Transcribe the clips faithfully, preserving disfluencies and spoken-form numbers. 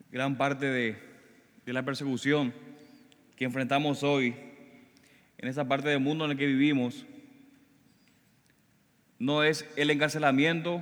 gran parte de, de la persecución que enfrentamos hoy en esa parte del mundo en el que vivimos no es el encarcelamiento,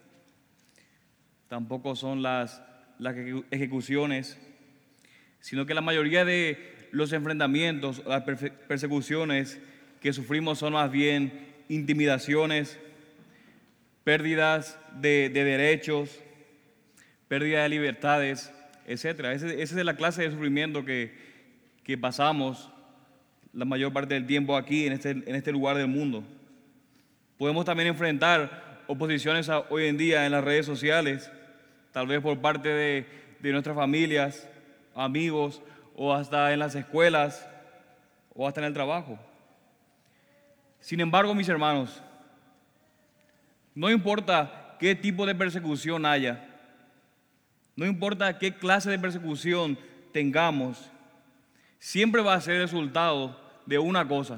tampoco son las, las ejecuciones, sino que la mayoría de los enfrentamientos, las persecuciones que sufrimos son más bien intimidaciones, pérdidas de, de derechos, pérdida de libertades, etcétera. Esa es la clase de sufrimiento que, que pasamos la mayor parte del tiempo aquí en este, en este lugar del mundo. Podemos también enfrentar oposiciones a, hoy en día en las redes sociales, tal vez por parte de, de nuestras familias, amigos, o hasta en las escuelas, o hasta en el trabajo. Sin embargo, mis hermanos, no importa qué tipo de persecución haya, no importa qué clase de persecución tengamos, siempre va a ser resultado de una cosa.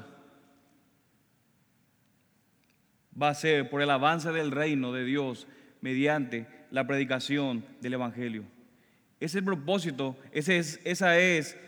Va a ser por el avance del reino de Dios mediante la predicación del Evangelio. Ese es el propósito, ese es, esa es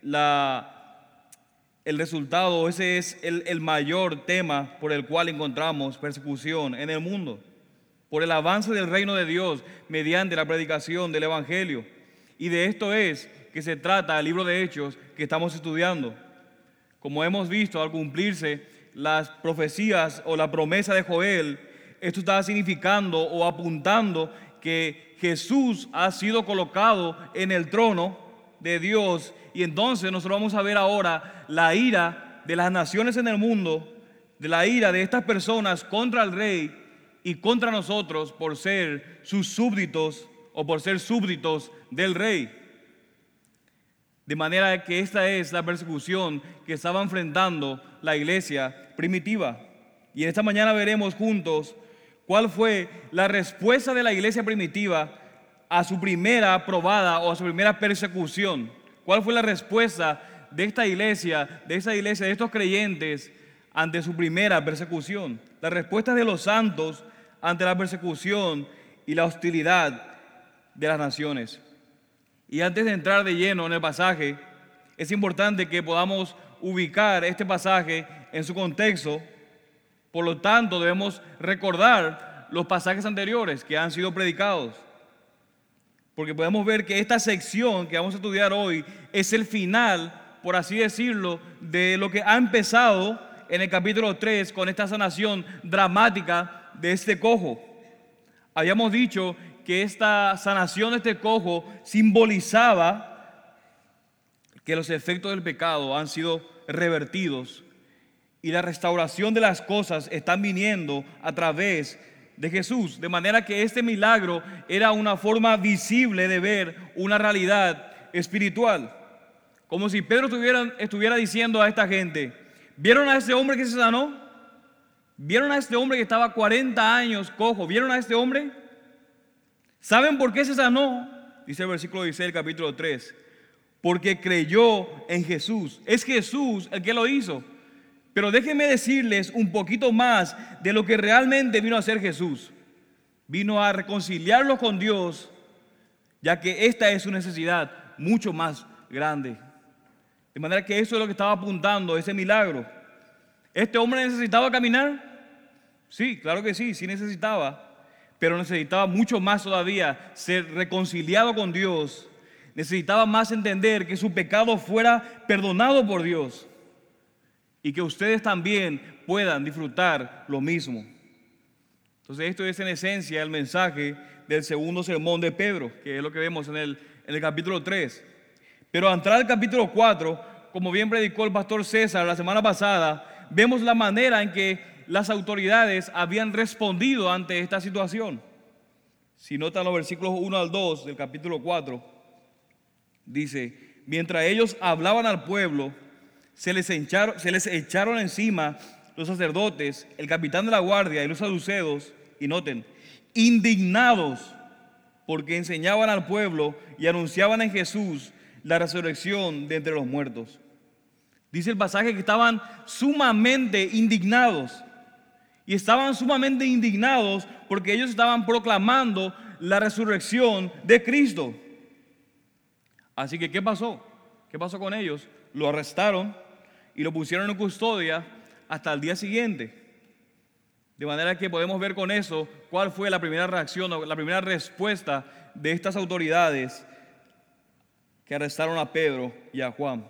la, el resultado, ese es el, el mayor tema por el cual encontramos persecución en el mundo. Por el avance del reino de Dios mediante la predicación del Evangelio. Y de esto es que se trata el libro de Hechos que estamos estudiando. Como hemos visto, al cumplirse las profecías o la promesa de Joel, esto está significando o apuntando que Jesús ha sido colocado en el trono de Dios, y entonces nosotros vamos a ver ahora la ira de las naciones en el mundo, de la ira de estas personas contra el rey y contra nosotros por ser sus súbditos o por ser súbditos del rey. De manera que esta es la persecución que estaba enfrentando la iglesia primitiva. Y en esta mañana veremos juntos cuál fue la respuesta de la iglesia primitiva a su primera probada o a su primera persecución. ¿Cuál fue la respuesta de esta iglesia, de esta iglesia, de estos creyentes ante su primera persecución? La respuesta de los santos ante la persecución y la hostilidad de las naciones. Y antes de entrar de lleno en el pasaje, es importante que podamos ubicar este pasaje en su contexto. Por lo tanto, debemos recordar los pasajes anteriores que han sido predicados, porque podemos ver que esta sección que vamos a estudiar hoy es el final, por así decirlo, de lo que ha empezado en el capítulo tres con esta sanación dramática de este cojo. Habíamos dicho que esta sanación de este cojo simbolizaba que los efectos del pecado han sido revertidos y la restauración de las cosas están viniendo a través de Jesús, de manera que este milagro era una forma visible de ver una realidad espiritual, como si Pedro estuviera, estuviera diciendo a esta gente: ¿vieron a este hombre que se sanó? ¿Vieron a este hombre que estaba cuarenta años cojo? ¿Vieron a este hombre? ¿Saben por qué se sanó? Dice el versículo dieciséis del capítulo tres. Porque creyó en Jesús. Es Jesús el que lo hizo. Pero déjenme decirles un poquito más de lo que realmente vino a hacer Jesús. Vino a reconciliarlos con Dios, ya que esta es su necesidad mucho más grande. De manera que eso es lo que estaba apuntando ese milagro. ¿Este hombre necesitaba caminar? Sí, claro que sí, sí necesitaba. Pero necesitaba mucho más todavía ser reconciliado con Dios. Necesitaba más entender que su pecado fuera perdonado por Dios y que ustedes también puedan disfrutar lo mismo. Entonces esto es en esencia el mensaje del segundo sermón de Pedro, que es lo que vemos en el, en el capítulo tres. Pero al entrar al capítulo cuatro, como bien predicó el pastor César la semana pasada, vemos la manera en que las autoridades habían respondido ante esta situación. Si notan los versículos uno al dos del capítulo cuatro, dice: mientras ellos hablaban al pueblo, se les, echaron, se les echaron encima los sacerdotes, el capitán de la guardia y los saduceos, y noten, indignados porque enseñaban al pueblo y anunciaban en Jesús la resurrección de entre los muertos. Dice el pasaje que estaban sumamente indignados. Y estaban sumamente indignados porque ellos estaban proclamando la resurrección de Cristo. Así que, ¿qué pasó? ¿Qué pasó con ellos? Lo arrestaron y lo pusieron en custodia hasta el día siguiente. De manera que podemos ver con eso cuál fue la primera reacción o la primera respuesta de estas autoridades que arrestaron a Pedro y a Juan.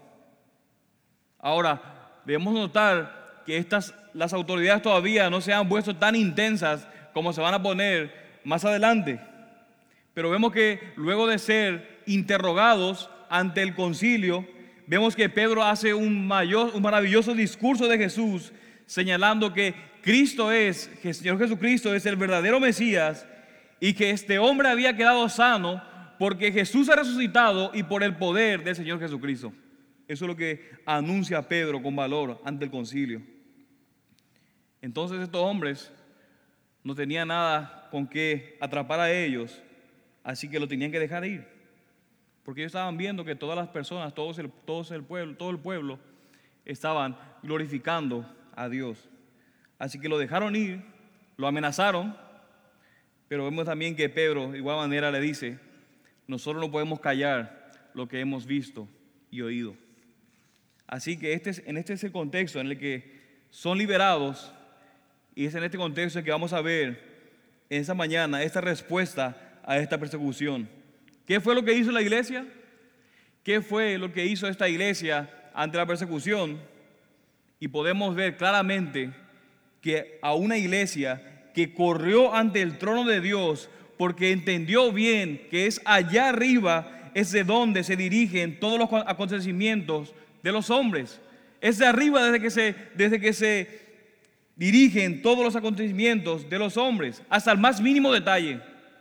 Ahora, debemos notar que estas, las autoridades todavía no se han puesto tan intensas como se van a poner más adelante. Pero vemos que luego de ser interrogados ante el concilio, vemos que Pedro hace un, mayor, un maravilloso discurso de Jesús, señalando que Cristo es, que el Señor Jesucristo es el verdadero Mesías y que este hombre había quedado sano porque Jesús ha resucitado y por el poder del Señor Jesucristo. Eso es lo que anuncia Pedro con valor ante el concilio. Entonces estos hombres no tenían nada con qué atrapar a ellos, así que lo tenían que dejar ir. Porque ellos estaban viendo que todas las personas, todos el, todos el pueblo, todo el pueblo estaban glorificando a Dios. Así que lo dejaron ir, lo amenazaron, pero vemos también que Pedro de igual manera le dice: nosotros no podemos callar lo que hemos visto y oído. Así que este es, en este es el contexto en el que son liberados, y es en este contexto que vamos a ver en esta mañana esta respuesta a esta persecución. ¿Qué fue lo que hizo la iglesia? ¿Qué fue lo que hizo esta iglesia ante la persecución? Y podemos ver claramente que a una iglesia que corrió ante el trono de Dios porque entendió bien que es allá arriba, es de donde se dirigen todos los acontecimientos de los hombres. Es de arriba desde que se, desde que se dirigen todos los acontecimientos de los hombres, hasta el más mínimo detalle.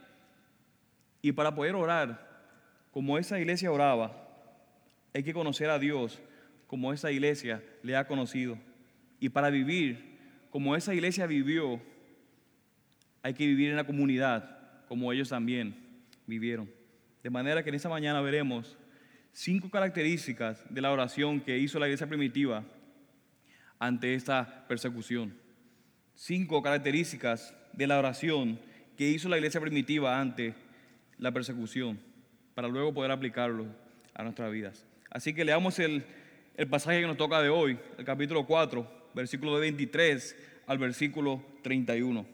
Y para poder orar como esa iglesia oraba, hay que conocer a Dios como esa iglesia le ha conocido. Y para vivir como esa iglesia vivió, hay que vivir en la comunidad como ellos también vivieron. De manera que en esta mañana veremos cinco características de la oración que hizo la iglesia primitiva ante esta persecución. Cinco características de la oración que hizo la iglesia primitiva ante la persecución, para luego poder aplicarlo a nuestras vidas. Así que leamos el, el pasaje que nos toca de hoy, el capítulo cuatro, versículo de veintitrés al versículo treinta y uno.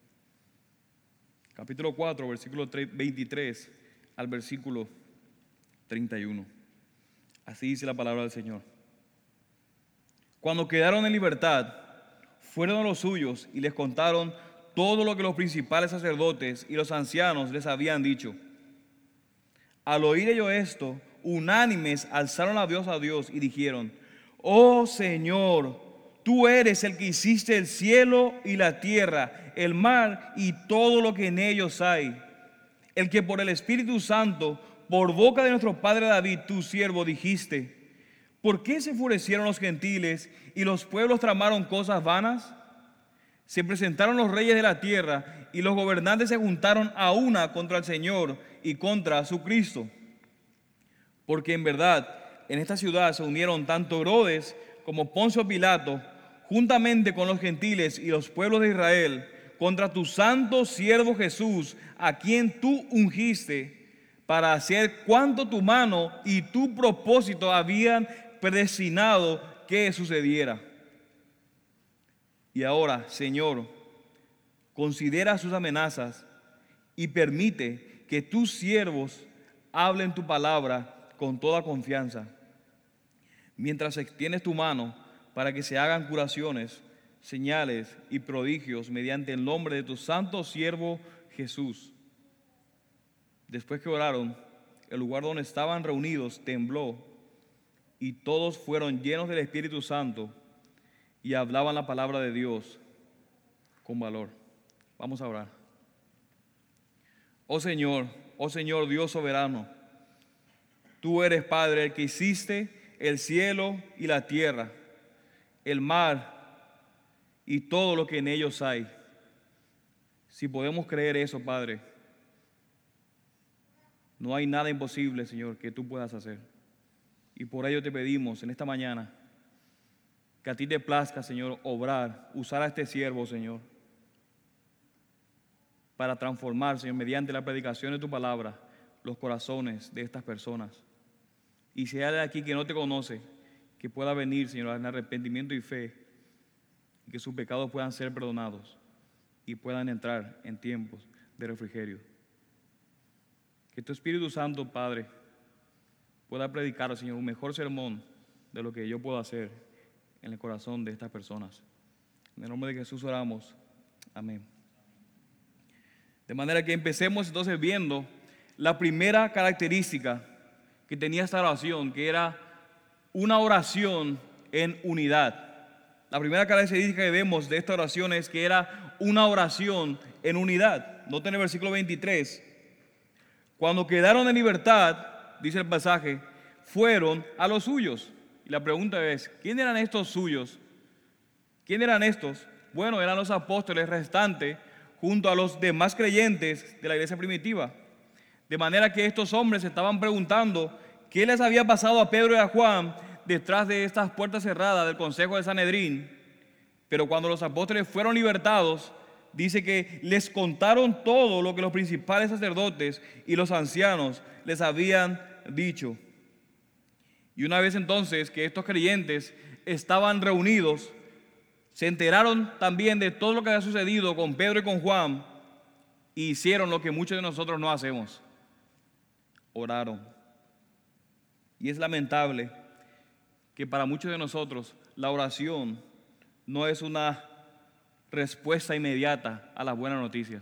Capítulo cuatro, versículo veintitrés al versículo treinta y uno. Así dice la palabra del Señor. Cuando quedaron en libertad, fueron a los suyos y les contaron todo lo que los principales sacerdotes y los ancianos les habían dicho. Al oír ellos esto, unánimes alzaron la voz a Dios y dijeron: oh Señor, tú eres el que hiciste el cielo y la tierra, el mar y todo lo que en ellos hay, el que por el Espíritu Santo, por boca de nuestro padre David, tu siervo, dijiste: ¿por qué se enfurecieron los gentiles y los pueblos tramaron cosas vanas? Se presentaron los reyes de la tierra y los gobernantes se juntaron a una contra el Señor y contra su Cristo. Porque en verdad en esta ciudad se unieron tanto Herodes como Poncio Pilato, juntamente con los gentiles y los pueblos de Israel, contra tu santo siervo Jesús, a quien tú ungiste, para hacer cuanto tu mano y tu propósito habían predestinado que sucediera. Y ahora, Señor, considera sus amenazas y permite que tus siervos hablen tu palabra con toda confianza, mientras extiendes tu mano para que se hagan curaciones, señales y prodigios mediante el nombre de tu santo siervo Jesús. Después que oraron, el lugar donde estaban reunidos tembló y todos fueron llenos del Espíritu Santo y hablaban la palabra de Dios con valor. Vamos a orar. Oh Señor, oh Señor Dios soberano, tú eres Padre, el que hiciste el cielo y la tierra, el mar y todo lo que en ellos hay. Si podemos creer eso, Padre, no hay nada imposible, Señor, que tú puedas hacer. Y por ello te pedimos en esta mañana que a ti te plazca, Señor, obrar, usar a este siervo, Señor, para transformar, Señor, mediante la predicación de tu palabra, los corazones de estas personas. Y si hay alguien aquí que no te conoce, que pueda venir, Señor, en arrepentimiento y fe, y que sus pecados puedan ser perdonados y puedan entrar en tiempos de refrigerio. Que tu Espíritu Santo, Padre, pueda predicar, Señor, un mejor sermón de lo que yo puedo hacer en el corazón de estas personas. En el nombre de Jesús oramos. Amén. De manera que empecemos entonces viendo la primera característica que tenía esta oración, que era una oración en unidad. La primera característica que vemos de esta oración es que era una oración en unidad. Noten el versículo veintitrés. Cuando quedaron en libertad, dice el pasaje, fueron a los suyos. Y la pregunta es, ¿quién eran estos suyos? ¿Quién eran estos? Bueno, eran los apóstoles restantes junto a los demás creyentes de la iglesia primitiva. De manera que estos hombres estaban preguntando qué les había pasado a Pedro y a Juan detrás de estas puertas cerradas del consejo de Sanedrín. Pero cuando los apóstoles fueron libertados, dice que les contaron todo lo que los principales sacerdotes y los ancianos les habían dicho. Y una vez entonces que estos creyentes estaban reunidos, se enteraron también de todo lo que había sucedido con Pedro y con Juan y hicieron lo que muchos de nosotros no hacemos: oraron. Y es lamentable que para muchos de nosotros la oración no es una respuesta inmediata a las buenas noticias.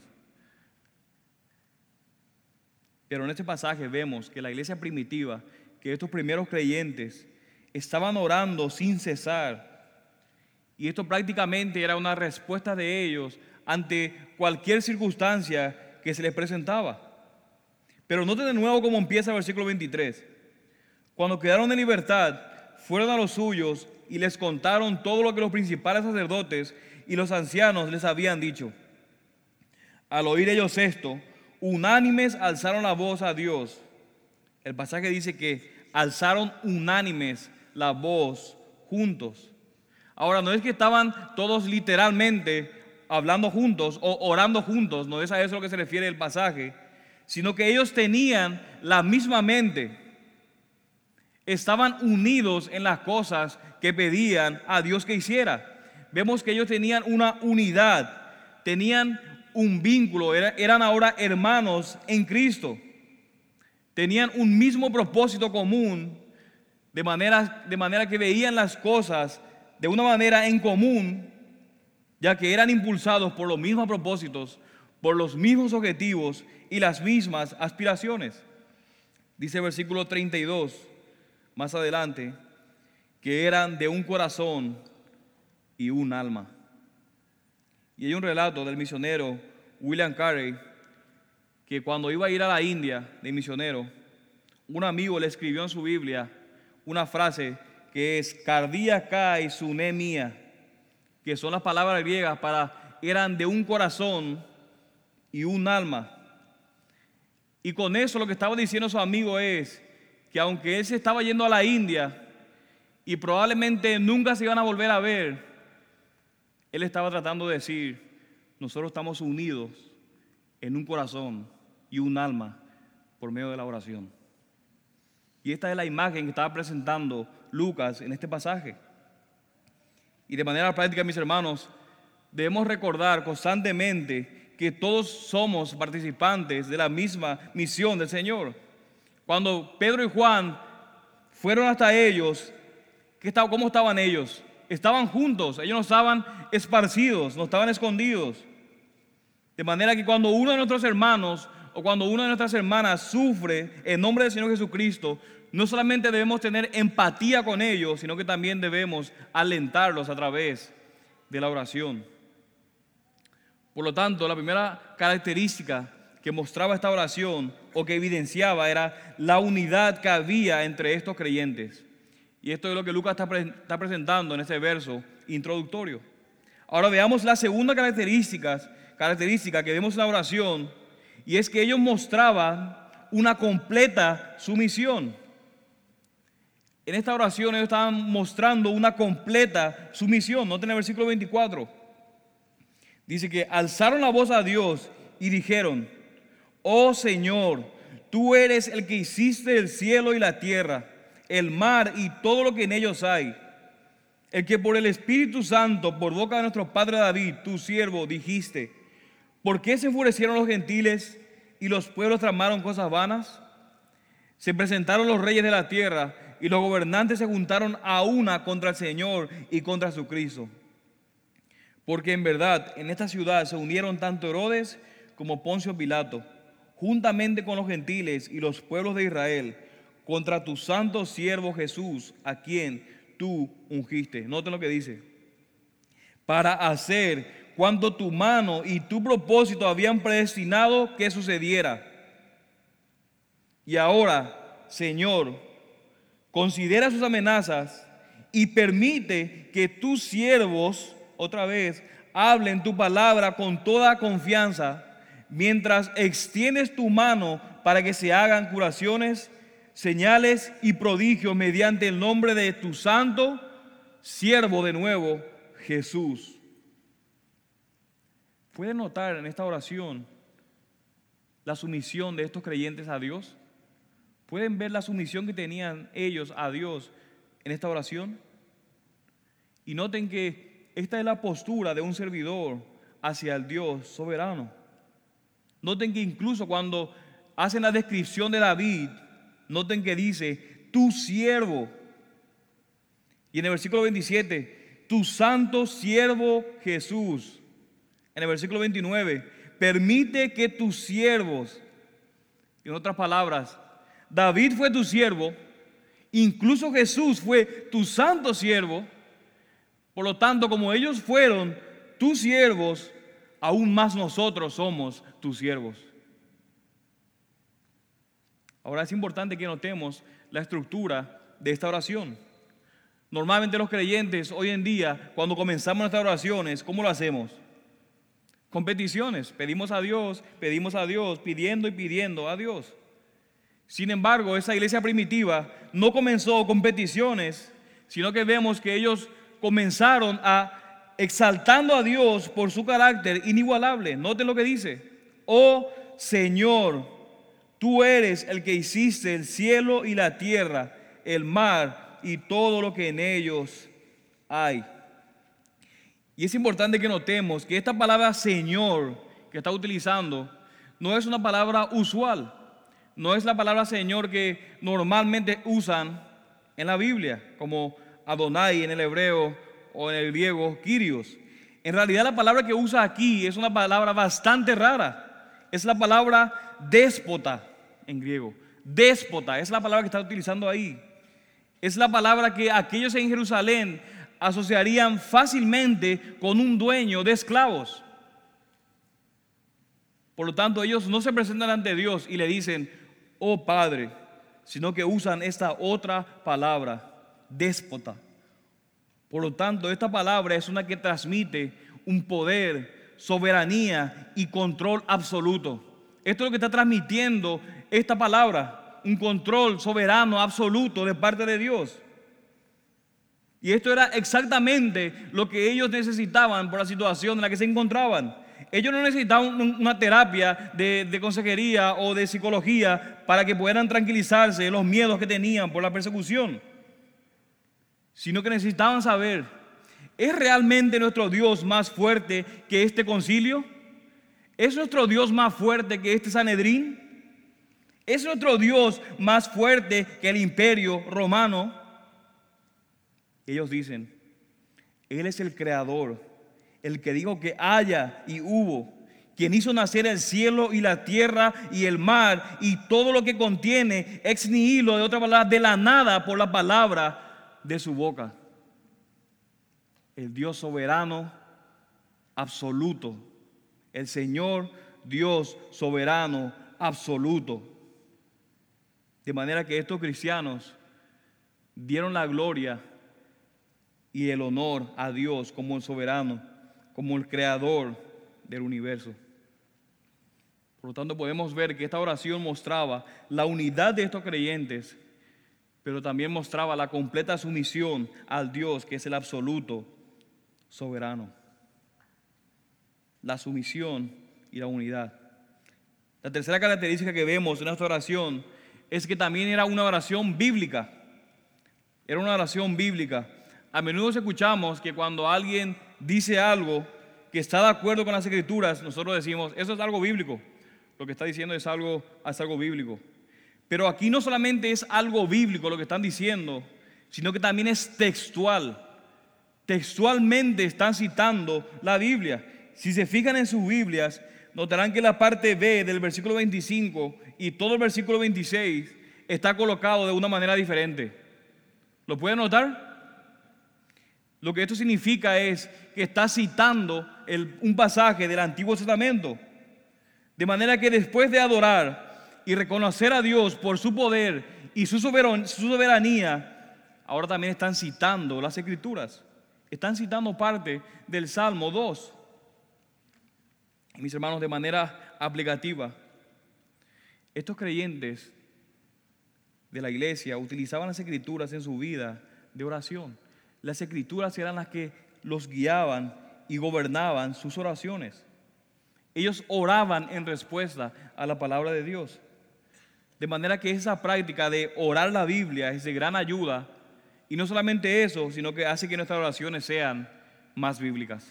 Pero en este pasaje vemos que la iglesia primitiva, que estos primeros creyentes estaban orando sin cesar. Y esto prácticamente era una respuesta de ellos ante cualquier circunstancia que se les presentaba. Pero noten de nuevo cómo empieza el versículo veintitrés. Cuando quedaron en libertad, fueron a los suyos y les contaron todo lo que los principales sacerdotes y los ancianos les habían dicho. Al oír ellos esto, unánimes alzaron la voz a Dios. El pasaje dice que alzaron unánimes la voz juntos. Ahora, no es que estaban todos literalmente hablando juntos o orando juntos, no es a eso a lo que se refiere el pasaje, sino que ellos tenían la misma mente. Estaban unidos en las cosas que pedían a Dios que hiciera. Vemos que ellos tenían una unidad, tenían un vínculo, eran ahora hermanos en Cristo. Tenían un mismo propósito común, de manera, de manera que veían las cosas de una manera en común, ya que eran impulsados por los mismos propósitos, por los mismos objetivos y las mismas aspiraciones. Dice el versículo treinta y dos, más adelante, que eran de un corazón y un alma. Y hay un relato del misionero William Carey, que cuando iba a ir a la India de misionero, un amigo le escribió en su Biblia una frase que es cardia kai sune mía, que son las palabras griegas para eran de un corazón y un alma. Y con eso lo que estaba diciendo su amigo es que aunque él se estaba yendo a la India y probablemente nunca se iban a volver a ver, él estaba tratando de decir, nosotros estamos unidos en un corazón y un alma por medio de la oración. Y esta es la imagen que estaba presentando Lucas en este pasaje. Y de manera práctica, mis hermanos, debemos recordar constantemente que todos somos participantes de la misma misión del Señor. Cuando Pedro y Juan fueron hasta ellos, ¿qué estaba, ¿cómo estaban ellos? Estaban juntos, ellos no estaban esparcidos, no estaban escondidos. De manera que cuando uno de nuestros hermanos o cuando una de nuestras hermanas sufre en nombre del Señor Jesucristo, no solamente debemos tener empatía con ellos, sino que también debemos alentarlos a través de la oración. Por lo tanto, la primera característica que mostraba esta oración o que evidenciaba era la unidad que había entre estos creyentes. Y esto es lo que Lucas está, pre- está presentando en este verso introductorio. Ahora veamos la segunda característica, característica que vemos en la oración, y es que ellos mostraban una completa sumisión. En esta oración ellos estaban mostrando una completa sumisión. Noten el versículo veinticuatro. Dice que alzaron la voz a Dios y dijeron: oh Señor, tú eres el que hiciste el cielo y la tierra, el mar y todo lo que en ellos hay. El que por el Espíritu Santo, por boca de nuestro padre David, tu siervo, dijiste: ¿por qué se enfurecieron los gentiles y los pueblos tramaron cosas vanas? Se presentaron los reyes de la tierra y los gobernantes se juntaron a una contra el Señor y contra su Cristo. Porque en verdad en esta ciudad se unieron tanto Herodes como Poncio Pilato, juntamente con los gentiles y los pueblos de Israel, contra tu santo siervo Jesús, a quien tú ungiste. Noten lo que dice: para hacer cuanto tu mano y tu propósito habían predestinado que sucediera. Y ahora, Señor, considera sus amenazas y permite que tus siervos, otra vez, hablen tu palabra con toda confianza, mientras extiendes tu mano para que se hagan curaciones, señales y prodigios mediante el nombre de tu santo siervo, de nuevo, Jesús. ¿Pueden notar en esta oración la sumisión de estos creyentes a Dios? ¿Pueden ver la sumisión que tenían ellos a Dios en esta oración? Y noten que esta es la postura de un servidor hacia el Dios soberano. Noten que incluso cuando hacen la descripción de David, noten que dice: tu siervo. Y en el versículo veintisiete, tu santo siervo Jesús. En el versículo veintinueve, permite que tus siervos, en otras palabras, David fue tu siervo, incluso Jesús fue tu santo siervo. Por lo tanto, como ellos fueron tus siervos, aún más nosotros somos tus siervos. Ahora es importante que notemos la estructura de esta oración. Normalmente los creyentes hoy en día, cuando comenzamos nuestras oraciones, ¿cómo lo hacemos? Con peticiones. Pedimos a Dios, pedimos a Dios, pidiendo y pidiendo a Dios. Sin embargo, esa iglesia primitiva no comenzó con peticiones, sino que vemos que ellos comenzaron a exaltando a Dios por su carácter inigualable. Noten lo que dice: oh Señor, tú eres el que hiciste el cielo y la tierra, el mar y todo lo que en ellos hay. Y es importante que notemos que esta palabra Señor que está utilizando no es una palabra usual. No es la palabra Señor que normalmente usan en la Biblia, como Adonai en el hebreo o en el griego Kyrios. En realidad la palabra que usa aquí es una palabra bastante rara. Es la palabra déspota en griego. Déspota es la palabra que está utilizando ahí. Es la palabra que aquellos en Jerusalén asociarían fácilmente con un dueño de esclavos. Por lo tanto, ellos no se presentan ante Dios y le dicen: oh Padre, sino que usan esta otra palabra, déspota. Por lo tanto, esta palabra es una que transmite un poder, soberanía y control absoluto. Esto es lo que está transmitiendo esta palabra, un control soberano absoluto de parte de Dios. Y esto era exactamente lo que ellos necesitaban por la situación en la que se encontraban. Ellos no necesitaban una terapia de, de consejería o de psicología para que puedan tranquilizarse de los miedos que tenían por la persecución, sino que necesitaban saber: ¿es realmente nuestro Dios más fuerte que este concilio? ¿Es nuestro Dios más fuerte que este Sanedrín? ¿Es nuestro Dios más fuerte que el imperio romano? Ellos dicen: Él es el creador, el que dijo que haya y hubo, quien hizo nacer el cielo y la tierra y el mar y todo lo que contiene, ex nihilo, de otra palabra, de la nada, por la palabra de su boca. El Dios soberano absoluto, el Señor Dios soberano absoluto. De manera que estos cristianos dieron la gloria y el honor a Dios como el soberano, como el creador del universo. Por lo tanto, podemos ver que esta oración mostraba la unidad de estos creyentes, pero también mostraba la completa sumisión al Dios que es el absoluto soberano. La sumisión y la unidad. La tercera característica que vemos en esta oración es que también era una oración bíblica. Era una oración bíblica. A menudo escuchamos que cuando alguien dice algo que está de acuerdo con las Escrituras, nosotros decimos, eso es algo bíblico. Lo que está diciendo es algo, es algo bíblico. Pero aquí no solamente es algo bíblico lo que están diciendo, sino que también es textual. Textualmente están citando la Biblia. Si se fijan en sus Biblias, notarán que la parte B del versículo veinticinco y todo el versículo veintiséis está colocado de una manera diferente. ¿Lo pueden notar? Lo que esto significa es que está citando el, un pasaje del Antiguo Testamento. De manera que después de adorar y reconocer a Dios por su poder y su soberanía, ahora también están citando las Escrituras. Están citando parte del Salmo dos. Mis hermanos, de manera aplicativa, estos creyentes de la iglesia utilizaban las Escrituras en su vida de oración. Las Escrituras eran las que los guiaban y gobernaban sus oraciones. Ellos oraban en respuesta a la palabra de Dios. De manera que esa práctica de orar la Biblia es de gran ayuda. Y no solamente eso, sino que hace que nuestras oraciones sean más bíblicas.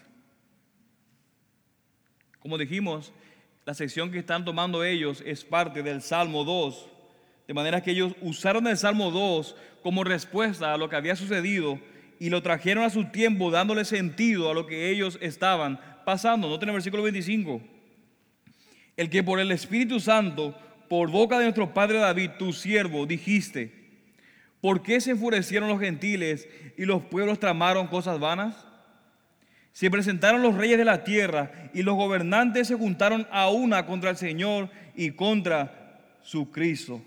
Como dijimos, la sección que están tomando ellos es parte del Salmo dos. De manera que ellos usaron el Salmo dos como respuesta a lo que había sucedido y lo trajeron a su tiempo dándole sentido a lo que ellos estaban pasando. Noten el versículo veinticinco. El que por el Espíritu Santo, por boca de nuestro padre David, tu siervo, dijiste: ¿por qué se enfurecieron los gentiles y los pueblos tramaron cosas vanas? Se presentaron los reyes de la tierra y los gobernantes se juntaron a una contra el Señor y contra su Cristo.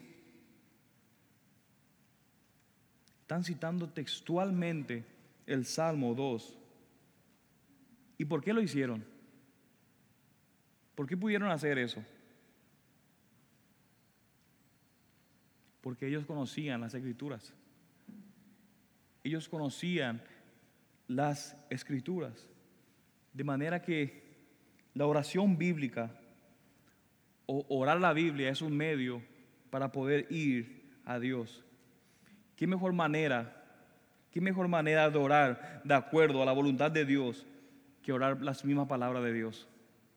Están citando textualmente el Salmo dos. ¿Y por qué lo hicieron? ¿Por qué pudieron hacer eso? Porque ellos conocían las Escrituras. Ellos conocían las Escrituras. De manera que la oración bíblica o orar la Biblia es un medio para poder ir a Dios. ¿Qué mejor manera, qué mejor manera de orar de acuerdo a la voluntad de Dios que orar las mismas palabras de Dios?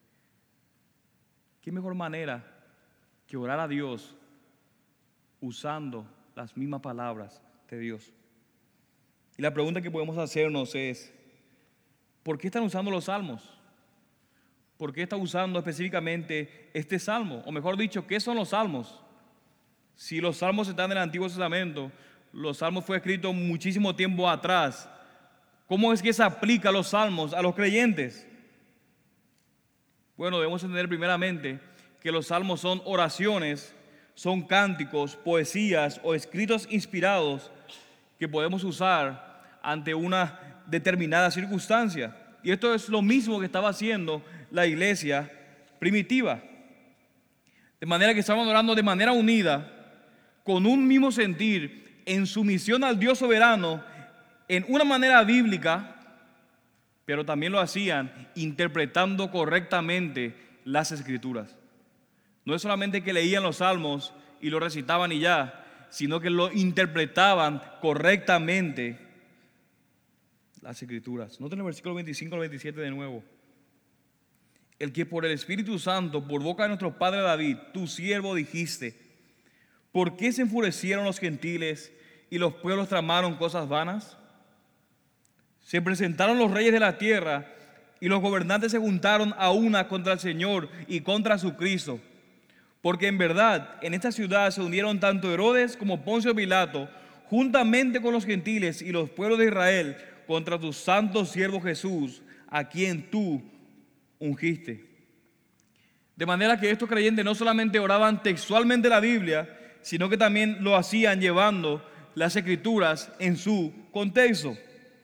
¿Qué mejor manera que orar a Dios usando las mismas palabras de Dios? Y la pregunta que podemos hacernos es: ¿por qué están usando los salmos? ¿Por qué están usando específicamente este salmo? O mejor dicho, ¿qué son los salmos? Si los salmos están en el Antiguo Testamento, los salmos fue escrito muchísimo tiempo atrás. ¿Cómo es que se aplica los salmos a los creyentes? Bueno, debemos entender primeramente que los salmos son oraciones, son cánticos, poesías o escritos inspirados que podemos usar ante una determinada circunstancia. Y esto es lo mismo que estaba haciendo la iglesia primitiva. De manera que estaban orando de manera unida, con un mismo sentir, en sumisión al Dios soberano, en una manera bíblica, pero también lo hacían interpretando correctamente las Escrituras. No es solamente que leían los salmos y lo recitaban y ya, sino que lo interpretaban correctamente las Escrituras. Noten el versículo veinticinco al veintisiete de nuevo. El que por el Espíritu Santo, por boca de nuestro padre David, tu siervo, dijiste: ¿por qué se enfurecieron los gentiles y los pueblos tramaron cosas vanas? Se presentaron los reyes de la tierra y los gobernantes se juntaron a una contra el Señor y contra su Cristo. Porque en verdad en esta ciudad se unieron tanto Herodes como Poncio Pilato, juntamente con los gentiles y los pueblos de Israel, contra tu santo siervo Jesús, a quien tú ungiste. De manera que estos creyentes no solamente oraban textualmente la Biblia, sino que también lo hacían llevando las Escrituras en su contexto.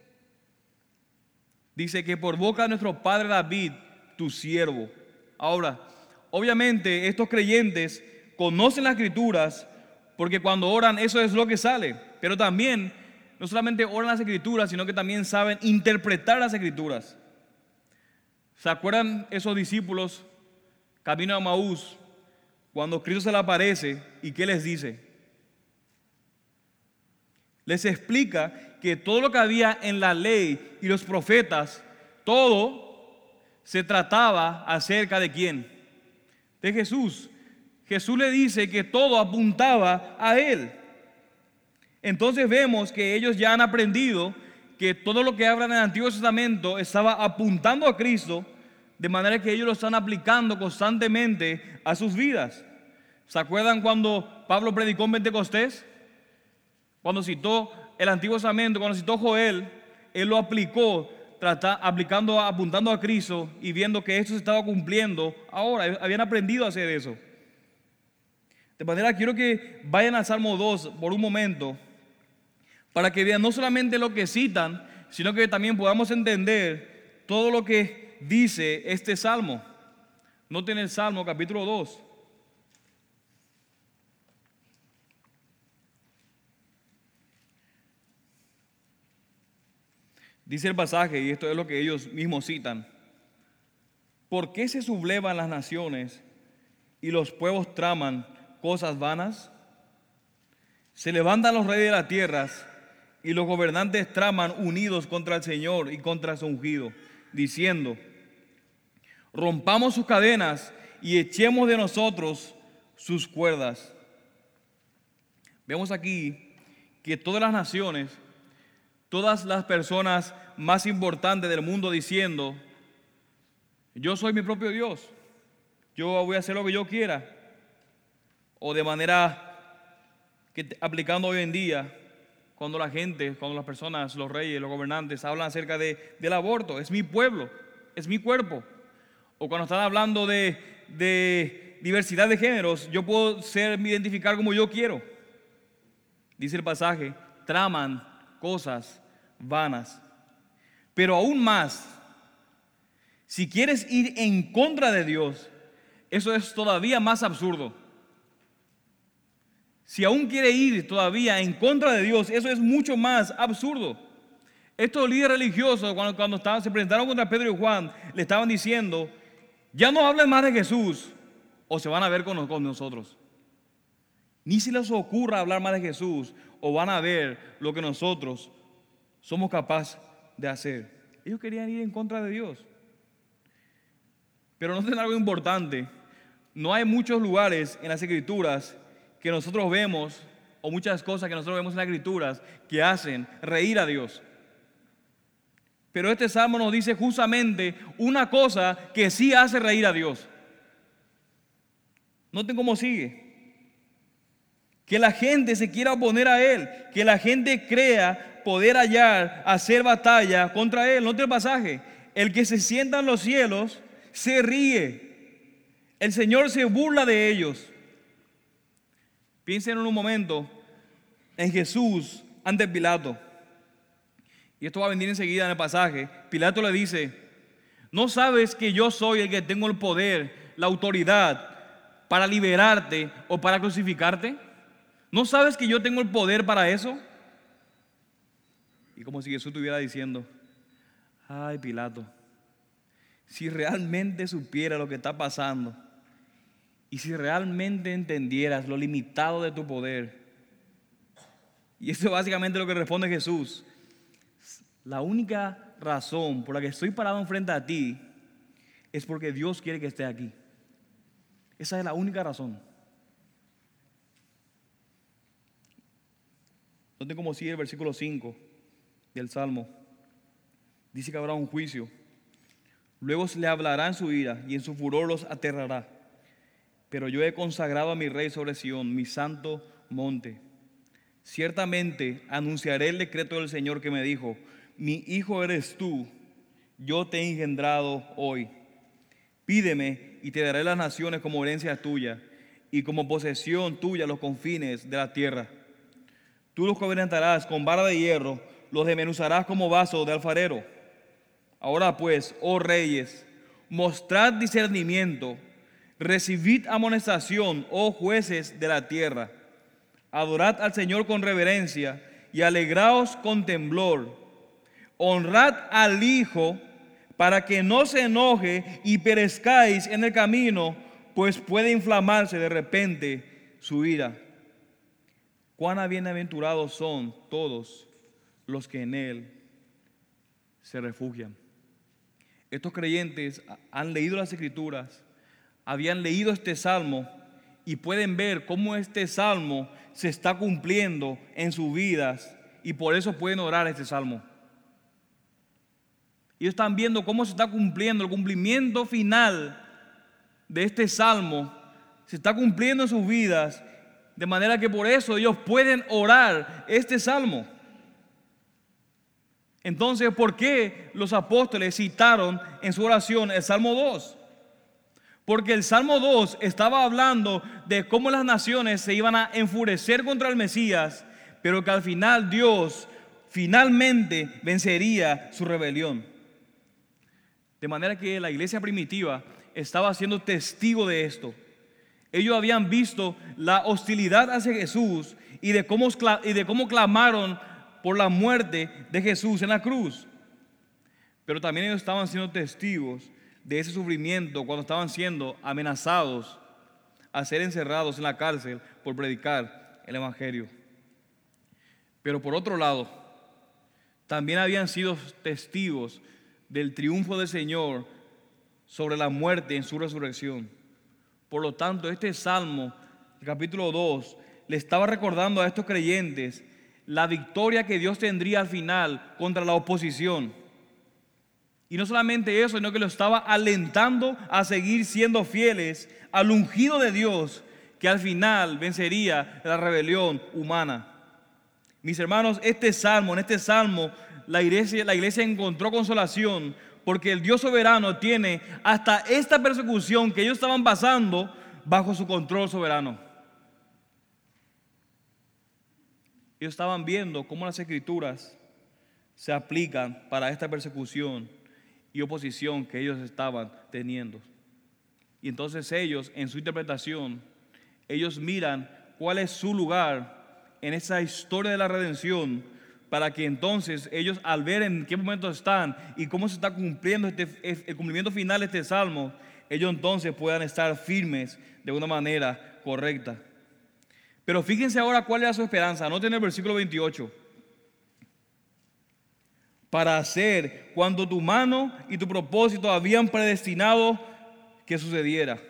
Dice que por boca de nuestro padre David, tu siervo. Ahora, obviamente estos creyentes conocen las Escrituras porque cuando oran eso es lo que sale. Pero también no solamente oran las Escrituras, sino que también saben interpretar las Escrituras. ¿Se acuerdan esos discípulos camino a Maús cuando Cristo se les aparece y qué les dice? les explica que todo lo que había en la ley y los profetas, todo se trataba acerca de quién, de Jesús. Jesús le dice que todo apuntaba a Él. Entonces vemos que ellos ya han aprendido que todo lo que hablan en el Antiguo Testamento estaba apuntando a Cristo, de manera que ellos lo están aplicando constantemente a sus vidas. ¿Se acuerdan cuando Pablo predicó en Pentecostés? Cuando citó el Antiguo Testamento, cuando citó Joel, él lo aplicó, trata, aplicando, apuntando a Cristo y viendo que esto se estaba cumpliendo. Ahora, habían aprendido a hacer eso. De manera que quiero que vayan al Salmo dos por un momento, para que vean no solamente lo que citan, sino que también podamos entender todo lo que dice este Salmo. Noten el Salmo capítulo dos. Dice el pasaje, y esto es lo que ellos mismos citan: ¿por qué se sublevan las naciones y los pueblos traman cosas vanas? Se levantan los reyes de las tierras y los gobernantes traman unidos contra el Señor y contra su ungido, diciendo: rompamos sus cadenas y echemos de nosotros sus cuerdas. Vemos aquí que todas las naciones, todas las personas más importantes del mundo diciendo: yo soy mi propio Dios, yo voy a hacer lo que yo quiera. O de manera que, aplicando hoy en día, cuando la gente, cuando las personas, los reyes, los gobernantes hablan acerca de, del aborto: es mi pueblo, es mi cuerpo. O cuando están hablando de, de diversidad de géneros: yo puedo ser, identificar como yo quiero. Dice el pasaje: traman cosas vanas. Pero aún más, si quieres ir en contra de Dios, eso es todavía más absurdo. Si aún quiere ir todavía en contra de Dios, eso es mucho más absurdo. Estos líderes religiosos, cuando, cuando estaban, se presentaron contra Pedro y Juan, le estaban diciendo: ya no hablen más de Jesús o se van a ver con, con nosotros. Ni se les ocurra hablar más de Jesús o van a ver lo que nosotros somos capaces de hacer. Ellos querían ir en contra de Dios. Pero noten algo importante: no hay muchos lugares en las Escrituras que nosotros vemos, o muchas cosas que nosotros vemos en las Escrituras, que hacen reír a Dios. Pero este salmo nos dice justamente una cosa que sí hace reír a Dios. Noten cómo sigue: que la gente se quiera oponer a Él, que la gente crea poder hallar, hacer batalla contra Él. Noten el pasaje: el que se sienta en los cielos se ríe, el Señor se burla de ellos. Piensen en un momento en Jesús ante Pilato. Y esto va a venir enseguida en el pasaje. Pilato le dice: ¿no sabes que yo soy el que tengo el poder, la autoridad para liberarte o para crucificarte? ¿No sabes que yo tengo el poder para eso? Y como si Jesús estuviera diciendo: ay, Pilato, si realmente supiera lo que está pasando y si realmente entendieras lo limitado de tu poder. Y eso es básicamente lo que responde Jesús: la única razón por la que estoy parado enfrente a ti es porque Dios quiere que esté aquí. Esa es la única razón. Noten cómo sigue el versículo cinco del Salmo. Dice que habrá un juicio. Luego se le hablará en su ira y en su furor los aterrará. Pero yo he consagrado a mi rey sobre Sión, mi santo monte. Ciertamente anunciaré el decreto del Señor que me dijo: mi hijo eres tú, yo te he engendrado hoy. Pídeme y te daré las naciones como herencia tuya y como posesión tuya los confines de la tierra. Tú los gobernarás con vara de hierro, los desmenuzarás como vaso de alfarero. Ahora pues, oh reyes, mostrad discernimiento, recibid amonestación, oh jueces de la tierra. Adorad al Señor con reverencia y alegraos con temblor. Honrad al Hijo para que no se enoje y perezcáis en el camino, pues puede inflamarse de repente su ira. cuán bienaventurados son todos los que en Él se refugian. Estos creyentes han leído las Escrituras, habían leído este salmo y pueden ver cómo este salmo se está cumpliendo en sus vidas y por eso pueden orar este salmo. Ellos están viendo cómo se está cumpliendo el cumplimiento final de este salmo, se está cumpliendo en sus vidas, de manera que por eso ellos pueden orar este salmo. Entonces, ¿por qué los apóstoles citaron en su oración el Salmo dos? Porque el Salmo dos estaba hablando de cómo las naciones se iban a enfurecer contra el Mesías, pero que al final Dios finalmente vencería su rebelión. De manera que la iglesia primitiva estaba siendo testigo de esto. Ellos habían visto la hostilidad hacia Jesús y de cómo, y de cómo clamaron por la muerte de Jesús en la cruz. Pero también ellos estaban siendo testigos de ese sufrimiento cuando estaban siendo amenazados a ser encerrados en la cárcel por predicar el Evangelio. Pero por otro lado, también habían sido testigos del triunfo del Señor sobre la muerte en su resurrección. Por lo tanto, este Salmo, el capítulo dos, le estaba recordando a estos creyentes la victoria que Dios tendría al final contra la oposición. Y no solamente eso, sino que lo estaba alentando a seguir siendo fieles al ungido de Dios, que al final vencería la rebelión humana. Mis hermanos, este salmo, en este salmo, la iglesia, la iglesia encontró consolación, porque el Dios soberano tiene hasta esta persecución que ellos estaban pasando bajo su control soberano. Ellos estaban viendo cómo las Escrituras se aplican para esta persecución y oposición que ellos estaban teniendo. Y entonces ellos, en su interpretación, ellos miran cuál es su lugar en esa historia de la redención, para que entonces ellos, al ver en qué momento están y cómo se está cumpliendo este, el cumplimiento final de este salmo, ellos entonces puedan estar firmes de una manera correcta. Pero fíjense ahora cuál era su esperanza. Anoten el versículo veintiocho. Para hacer cuando tu mano y tu propósito habían predestinado que sucediera.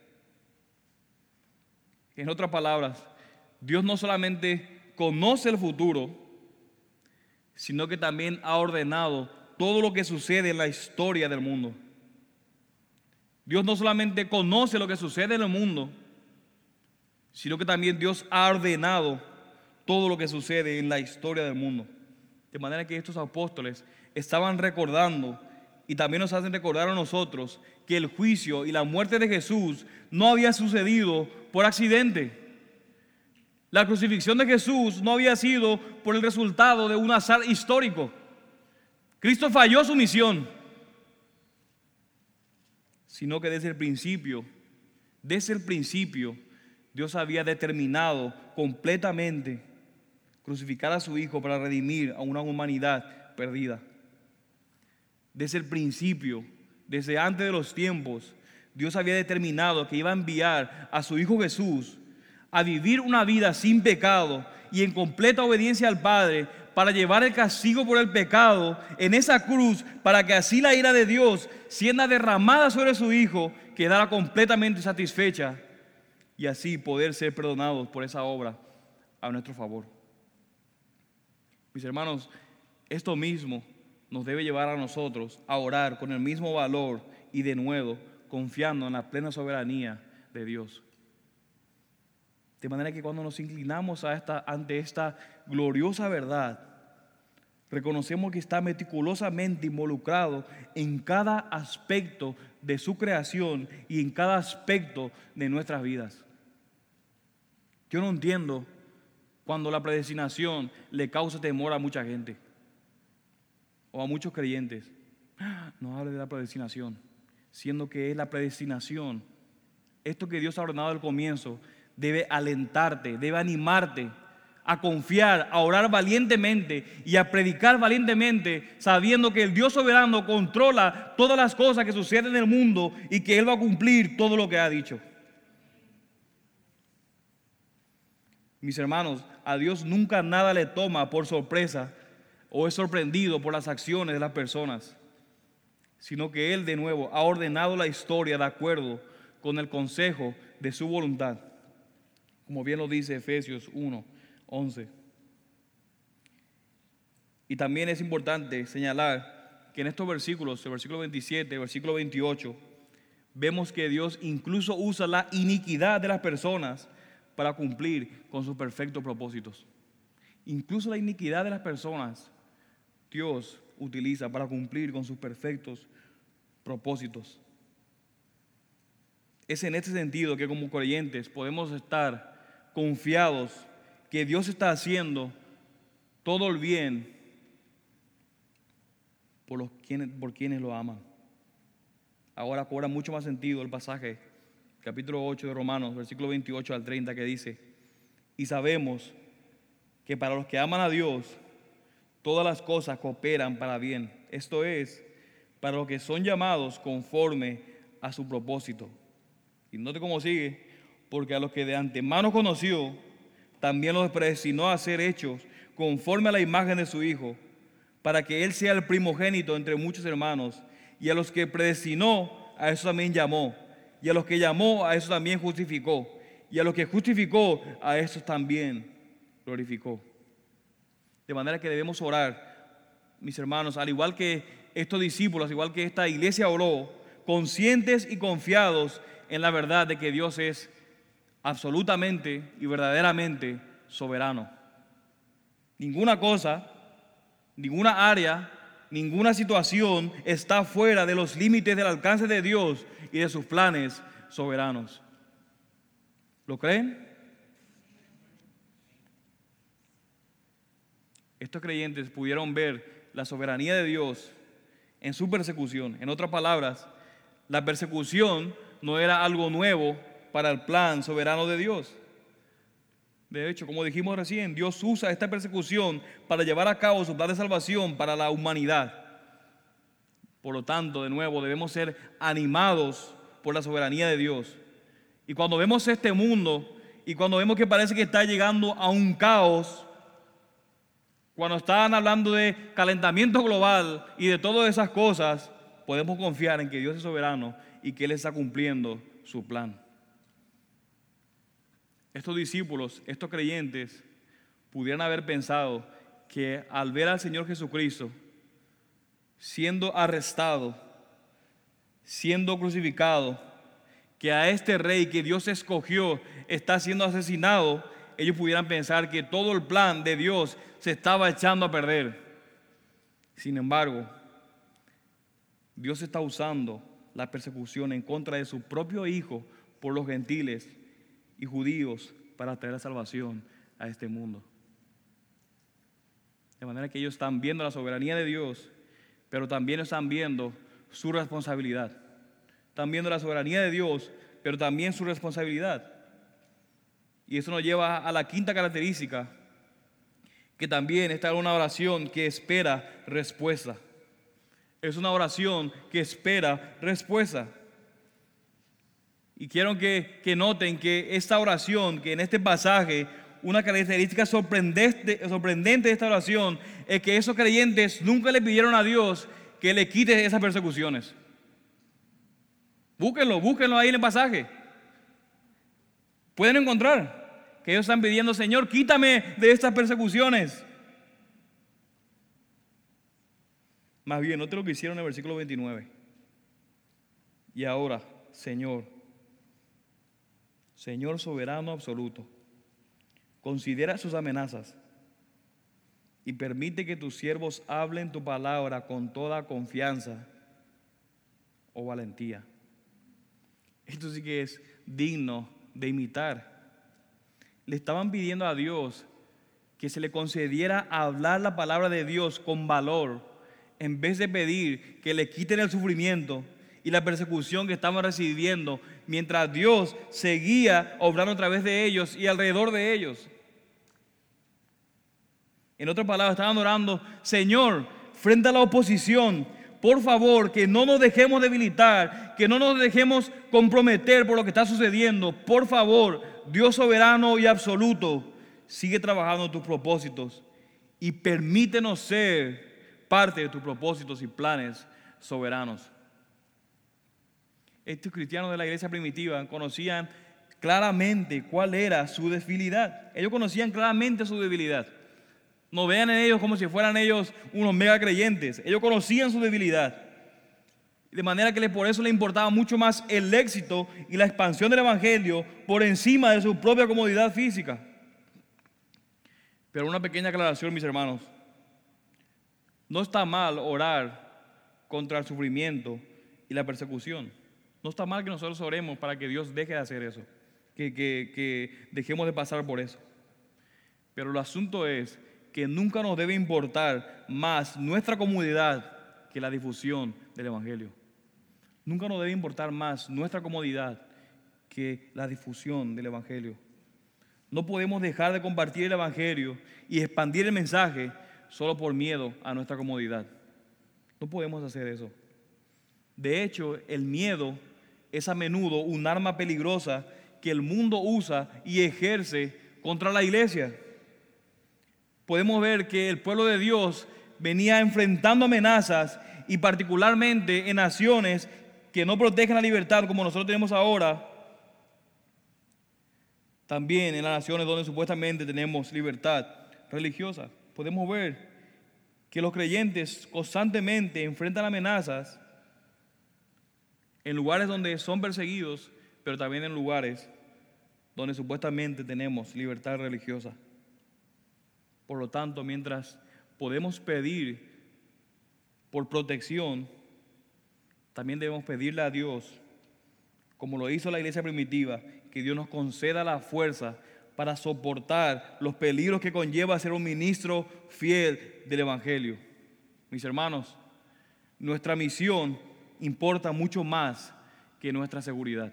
En otras palabras, Dios no solamente conoce el futuro, sino que también ha ordenado todo lo que sucede en la historia del mundo. Dios no solamente conoce lo que sucede en el mundo, sino que también Dios ha ordenado todo lo que sucede en la historia del mundo. De manera que estos apóstoles estaban recordando, y también nos hacen recordar a nosotros, que el juicio y la muerte de Jesús no había sucedido por accidente. La crucifixión de Jesús no había sido por el resultado de un azar histórico. Cristo falló su misión, sino que desde el principio, desde el principio, Dios había determinado completamente crucificar a su Hijo para redimir a una humanidad perdida. Desde el principio, desde antes de los tiempos, Dios había determinado que iba a enviar a su Hijo Jesús a vivir una vida sin pecado y en completa obediencia al Padre, para llevar el castigo por el pecado en esa cruz, para que así la ira de Dios, siendo derramada sobre su Hijo, quedara completamente satisfecha y así poder ser perdonados por esa obra a nuestro favor. Mis hermanos, esto mismo nos debe llevar a nosotros a orar con el mismo valor y de nuevo confiando en la plena soberanía de Dios. De manera que cuando nos inclinamos a esta, ante esta gloriosa verdad, reconocemos que está meticulosamente involucrado en cada aspecto de su creación y en cada aspecto de nuestras vidas. Yo no entiendo cuando la predestinación le causa temor a mucha gente o a muchos creyentes. No hable de la predestinación, siendo que es la predestinación. Esto que Dios ha ordenado al comienzo debe alentarte, debe animarte a confiar, a orar valientemente y a predicar valientemente, sabiendo que el Dios soberano controla todas las cosas que suceden en el mundo y que Él va a cumplir todo lo que ha dicho. Mis hermanos, a Dios nunca nada le toma por sorpresa o es sorprendido por las acciones de las personas, sino que Él de nuevo ha ordenado la historia de acuerdo con el consejo de su voluntad, como bien lo dice Efesios uno, once. Y también es importante señalar que en estos versículos, el versículo veintisiete, el versículo veintiocho, vemos que Dios incluso usa la iniquidad de las personas para cumplir con sus perfectos propósitos. Incluso la iniquidad de las personas Dios utiliza para cumplir con sus perfectos propósitos. Es en este sentido que como creyentes podemos estar confiados que Dios está haciendo todo el bien por, los quienes, por quienes lo aman. Ahora cobra mucho más sentido el pasaje, capítulo ocho de Romanos, versículo veintiocho al treinta, que dice: y sabemos que para los que aman a Dios, todas las cosas cooperan para bien. Esto es, para los que son llamados conforme a su propósito. Y note cómo sigue: porque a los que de antemano conoció, también los predestinó a ser hechos conforme a la imagen de su Hijo, para que Él sea el primogénito entre muchos hermanos. Y a los que predestinó, a eso también llamó. Y a los que llamó, a eso también justificó. Y a los que justificó, a esos también glorificó. De manera que debemos orar, mis hermanos, al igual que estos discípulos, igual que esta iglesia oró, conscientes y confiados en la verdad de que Dios es absolutamente y verdaderamente soberano. Ninguna cosa, ninguna área, ninguna situación está fuera de los límites del alcance de Dios y de sus planes soberanos. ¿Lo creen? Estos creyentes pudieron ver la soberanía de Dios en su persecución. En otras palabras, la persecución no era algo nuevo para el plan soberano de Dios. De hecho, como dijimos recién, Dios usa esta persecución para llevar a cabo su plan de salvación para la humanidad. Por lo tanto, de nuevo, debemos ser animados por la soberanía de Dios. Y cuando vemos este mundo y cuando vemos que parece que está llegando a un caos, cuando están hablando de calentamiento global y de todas esas cosas, podemos confiar en que Dios es soberano y que Él está cumpliendo su plan. Estos discípulos, estos creyentes, pudieran haber pensado que al ver al Señor Jesucristo siendo arrestado, siendo crucificado, que a este rey que Dios escogió está siendo asesinado, ellos pudieran pensar que todo el plan de Dios se estaba echando a perder. Sin embargo, Dios está usando la persecución en contra de su propio Hijo por los gentiles y judíos para traer la salvación a este mundo. De manera que ellos están viendo la soberanía de Dios, pero también están viendo su responsabilidad. Están viendo la soberanía de Dios, pero también su responsabilidad. Y eso nos lleva a la quinta característica, que también está en una oración que espera respuesta. Es una oración que espera respuesta. Y quiero que, que noten que esta oración, que en este pasaje, una característica sorprendente, sorprendente de esta oración, es que esos creyentes nunca le pidieron a Dios que le quite esas persecuciones. Búsquenlo, búsquenlo ahí en el pasaje. Pueden encontrar que ellos están pidiendo: Señor, quítame de estas persecuciones. Más bien, note lo que hicieron en el versículo veintinueve. Y ahora, Señor, Señor soberano absoluto, considera sus amenazas y permite que tus siervos hablen tu palabra con toda confianza o valentía. Esto sí que es digno de imitar. Le estaban pidiendo a Dios que se le concediera hablar la palabra de Dios con valor, en vez de pedir que le quiten el sufrimiento y la persecución que estaban recibiendo, mientras Dios seguía obrando a través de ellos y alrededor de ellos. En otras palabras, estaban orando: Señor, frente a la oposición, por favor, que no nos dejemos debilitar, que no nos dejemos comprometer por lo que está sucediendo. Por favor, Dios soberano y absoluto, sigue trabajando en tus propósitos y permítenos ser parte de tus propósitos y planes soberanos. Estos cristianos de la iglesia primitiva conocían claramente cuál era su debilidad. Ellos conocían claramente su debilidad. No vean en ellos como si fueran ellos unos mega creyentes. Ellos conocían su debilidad. De manera que por eso les importaba mucho más el éxito y la expansión del evangelio por encima de su propia comodidad física. Pero una pequeña aclaración, mis hermanos. No está mal orar contra el sufrimiento y la persecución. No está mal que nosotros oremos para que Dios deje de hacer eso, que, que, que dejemos de pasar por eso. Pero el asunto es que nunca nos debe importar más nuestra comodidad que la difusión del evangelio. Nunca nos debe importar más nuestra comodidad que la difusión del evangelio. No podemos dejar de compartir el evangelio y expandir el mensaje solo por miedo a nuestra comodidad. No podemos hacer eso. De hecho, el miedo es a menudo un arma peligrosa que el mundo usa y ejerce contra la iglesia. Podemos ver que el pueblo de Dios venía enfrentando amenazas y particularmente en naciones que no protegen la libertad como nosotros tenemos ahora, también en las naciones donde supuestamente tenemos libertad religiosa. Podemos ver que los creyentes constantemente enfrentan amenazas en lugares donde son perseguidos, pero también en lugares donde supuestamente tenemos libertad religiosa. Por lo tanto, mientras podemos pedir por protección, también debemos pedirle a Dios, como lo hizo la iglesia primitiva, que Dios nos conceda la fuerza para soportar los peligros que conlleva ser un ministro fiel del evangelio. Mis hermanos, nuestra misión importa mucho más que nuestra seguridad.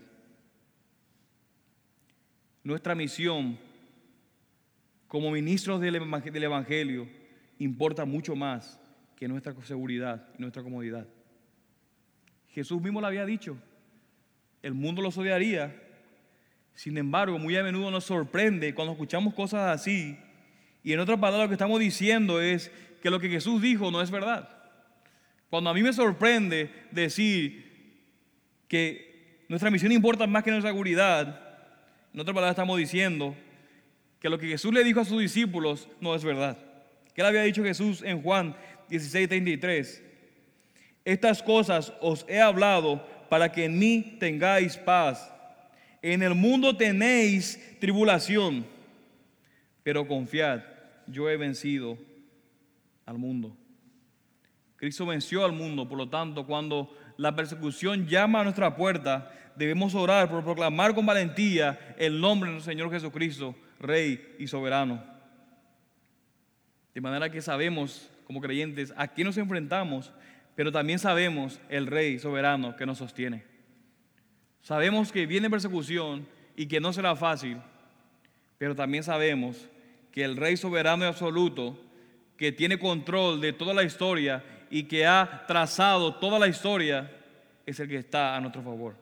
Nuestra misión como ministros del evangelio importa mucho más que nuestra seguridad y nuestra comodidad. Jesús mismo lo había dicho. El mundo los odiaría. Sin embargo, muy a menudo nos sorprende cuando escuchamos cosas así. Y en otras palabras, lo que estamos diciendo es que lo que Jesús dijo no es verdad. Cuando a mí me sorprende decir que nuestra misión importa más que nuestra seguridad, en otras palabras estamos diciendo que lo que Jesús le dijo a sus discípulos no es verdad. ¿Qué le había dicho Jesús en Juan dieciséis treinta y tres? Estas cosas os he hablado para que en mí tengáis paz. En el mundo tenéis tribulación, pero confiad, yo he vencido al mundo. Cristo venció al mundo, por lo tanto, cuando la persecución llama a nuestra puerta, debemos orar por proclamar con valentía el nombre de nuestro Señor Jesucristo, Rey y Soberano. De manera que sabemos, como creyentes, a quién nos enfrentamos, pero también sabemos el Rey soberano que nos sostiene. Sabemos que viene persecución y que no será fácil, pero también sabemos que el Rey soberano y absoluto, que tiene control de toda la historia y que ha trazado toda la historia, es el que está a nuestro favor.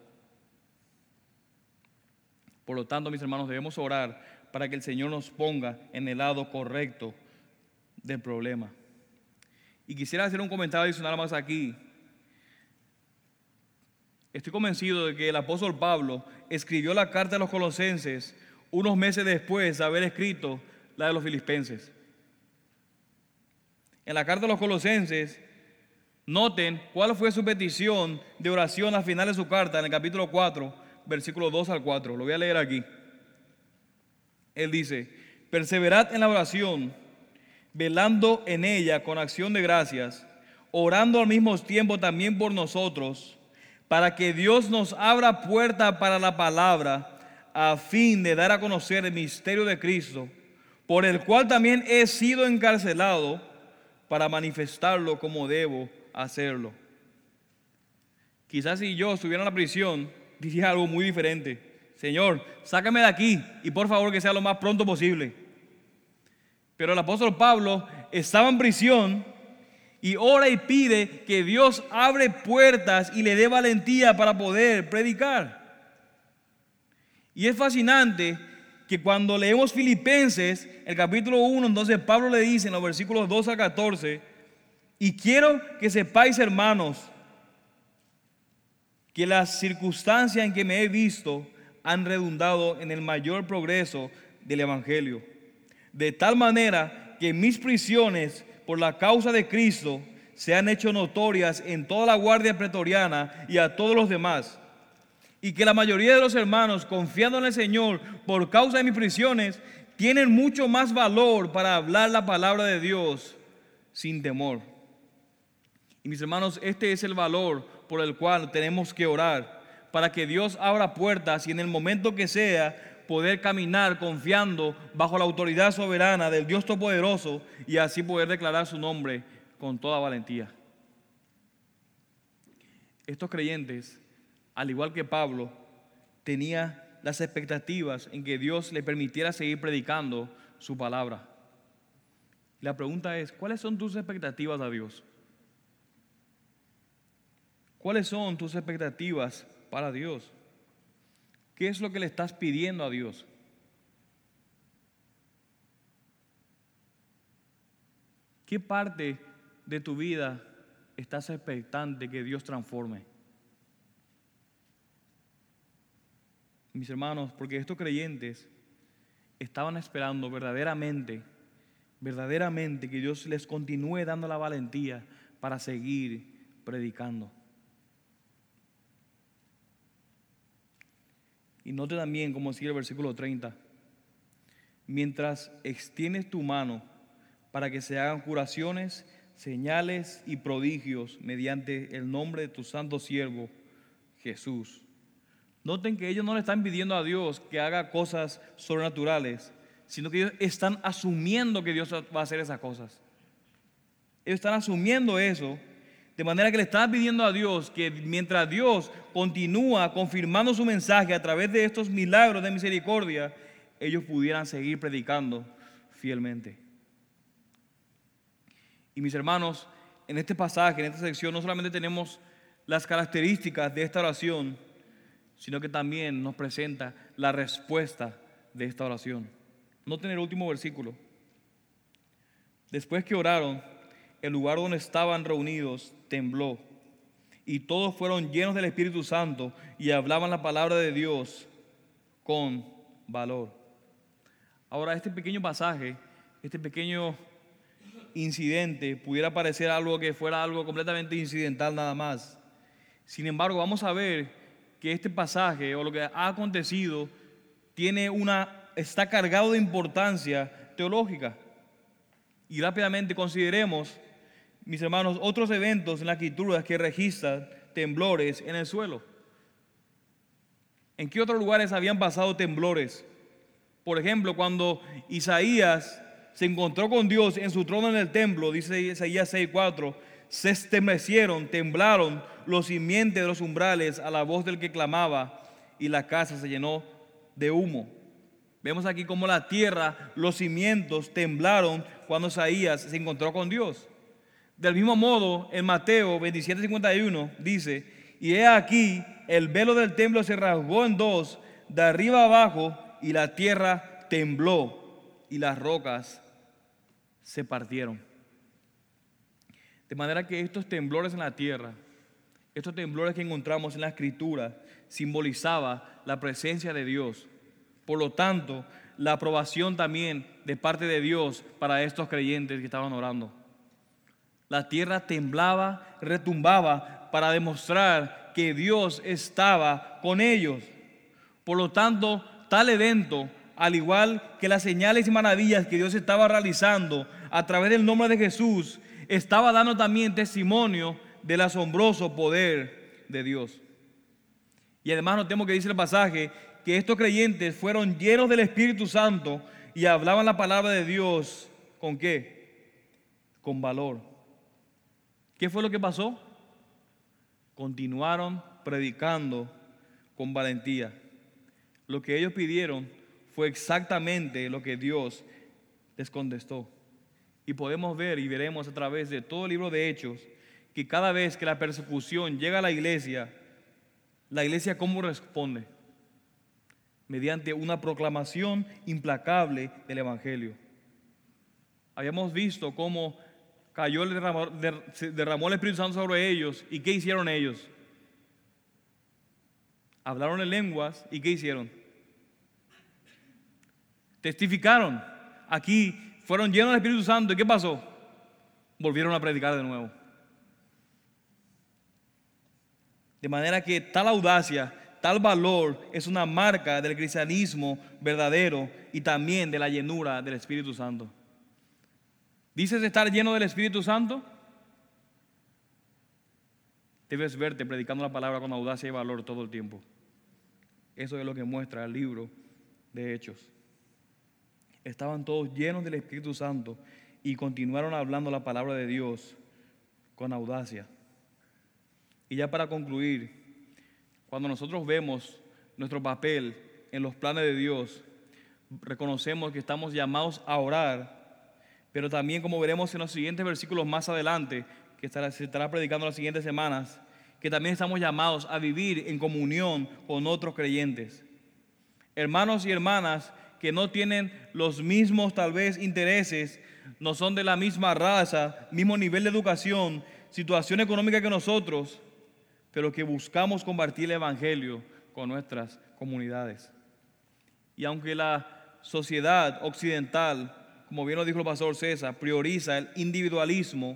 Por lo tanto, mis hermanos, debemos orar para que el Señor nos ponga en el lado correcto del problema. Y quisiera hacer un comentario adicional más aquí. Estoy convencido de que el apóstol Pablo escribió la carta de los Colosenses unos meses después de haber escrito la de los Filipenses. En la carta de los Colosenses, noten cuál fue su petición de oración al final de su carta, en el capítulo cuatro, versículos dos al cuatro. Lo voy a leer aquí. Él dice: perseverad en la oración, velando en ella con acción de gracias, orando al mismo tiempo también por nosotros, para que Dios nos abra puerta para la palabra, a fin de dar a conocer el misterio de Cristo, por el cual también he sido encarcelado, para manifestarlo como debo hacerlo. Quizás si yo estuviera en la prisión, diría algo muy diferente. Señor, sácame de aquí y por favor que sea lo más pronto posible. Pero el apóstol Pablo estaba en prisión y ora y pide que Dios abre puertas y le dé valentía para poder predicar. Y es fascinante que cuando leemos Filipenses, el capítulo uno, entonces Pablo le dice en los versículos doce a catorce, y quiero que sepáis, hermanos, que las circunstancias en que me he visto han redundado en el mayor progreso del Evangelio, de tal manera que mis prisiones por la causa de Cristo se han hecho notorias en toda la guardia pretoriana y a todos los demás, y que la mayoría de los hermanos, confiando en el Señor por causa de mis prisiones, tienen mucho más valor para hablar la palabra de Dios sin temor. Y mis hermanos, este es el valor por el cual tenemos que orar, para que Dios abra puertas y en el momento que sea poder caminar confiando bajo la autoridad soberana del Dios Todopoderoso y así poder declarar su nombre con toda valentía. Estos creyentes, al igual que Pablo, tenían las expectativas en que Dios le permitiera seguir predicando su palabra. La pregunta es, ¿cuáles son tus expectativas a Dios? ¿Cuáles son tus expectativas para Dios? ¿Qué es lo que le estás pidiendo a Dios? ¿Qué parte de tu vida estás expectante que Dios transforme? Mis hermanos, porque estos creyentes estaban esperando verdaderamente, verdaderamente que Dios les continúe dando la valentía para seguir predicando. Y note también, como sigue el versículo treinta, mientras extiendes tu mano para que se hagan curaciones, señales y prodigios mediante el nombre de tu santo siervo Jesús. Noten que ellos no le están pidiendo a Dios que haga cosas sobrenaturales, sino que ellos están asumiendo que Dios va a hacer esas cosas. Ellos están asumiendo eso, de manera que le están pidiendo a Dios que mientras Dios continúa confirmando su mensaje a través de estos milagros de misericordia, ellos pudieran seguir predicando fielmente. Y mis hermanos, en este pasaje, en esta sección, no solamente tenemos las características de esta oración, sino que también nos presenta la respuesta de esta oración. Noten el último versículo. Después que oraron, el lugar donde estaban reunidos tembló, y todos fueron llenos del Espíritu Santo y hablaban la palabra de Dios con valor. Ahora, este pequeño pasaje, este pequeño incidente pudiera parecer algo que fuera algo completamente incidental nada más. Sin embargo, vamos a ver que este pasaje o lo que ha acontecido tiene una, está cargado de importancia teológica. Y rápidamente consideremos, mis hermanos, otros eventos en la Escritura que registran temblores en el suelo. ¿En qué otros lugares habían pasado temblores? Por ejemplo, cuando Isaías se encontró con Dios en su trono en el templo, dice Isaías seis cuatro, se estremecieron, temblaron los simientes de los umbrales a la voz del que clamaba, y la casa se llenó de humo. Vemos aquí cómo la tierra, los cimientos temblaron cuando Isaías se encontró con Dios. Del mismo modo, en Mateo veintisiete cincuenta y uno dice, y he aquí, el velo del templo se rasgó en dos, de arriba abajo, y la tierra tembló, y las rocas se partieron. De manera que estos temblores en la tierra, estos temblores que encontramos en la Escritura, simbolizaba la presencia de Dios. Por lo tanto, la aprobación también de parte de Dios para estos creyentes que estaban orando. La tierra temblaba, retumbaba para demostrar que Dios estaba con ellos. Por lo tanto, tal evento, al igual que las señales y maravillas que Dios estaba realizando a través del nombre de Jesús, estaba dando también testimonio del asombroso poder de Dios. Y además notemos que dice el pasaje que estos creyentes fueron llenos del Espíritu Santo y hablaban la palabra de Dios. ¿Con qué? Con valor. ¿Qué fue lo que pasó? Continuaron predicando con valentía. Lo que ellos pidieron fue exactamente lo que Dios les contestó. Y podemos ver y veremos a través de todo el libro de Hechos que cada vez que la persecución llega a la iglesia, la iglesia ¿cómo responde? mediante una proclamación implacable del Evangelio. Habíamos visto cómo cayó el derramó, der, derramó el Espíritu Santo sobre ellos. ¿Y qué hicieron ellos? Hablaron en lenguas. ¿Y qué hicieron? Testificaron. Aquí fueron llenos del Espíritu Santo. ¿Y qué pasó? Volvieron a predicar de nuevo. De manera que tal audacia, tal valor es una marca del cristianismo verdadero y también de la llenura del Espíritu Santo. ¿Dices estar lleno del Espíritu Santo? Debes verte predicando la palabra con audacia y valor todo el tiempo. Eso es lo que muestra el libro de Hechos. Estaban todos llenos del Espíritu Santo y continuaron hablando la palabra de Dios con audacia. Y ya para concluir, cuando nosotros vemos nuestro papel en los planes de Dios, reconocemos que estamos llamados a orar, pero también, como veremos en los siguientes versículos más adelante, que estará, se estará predicando las siguientes semanas, que también estamos llamados a vivir en comunión con otros creyentes. Hermanos y hermanas que no tienen los mismos, tal vez, intereses, no son de la misma raza, mismo nivel de educación, situación económica que nosotros, pero que buscamos compartir el Evangelio con nuestras comunidades. Y aunque la sociedad occidental, como bien lo dijo el pastor César, prioriza el individualismo,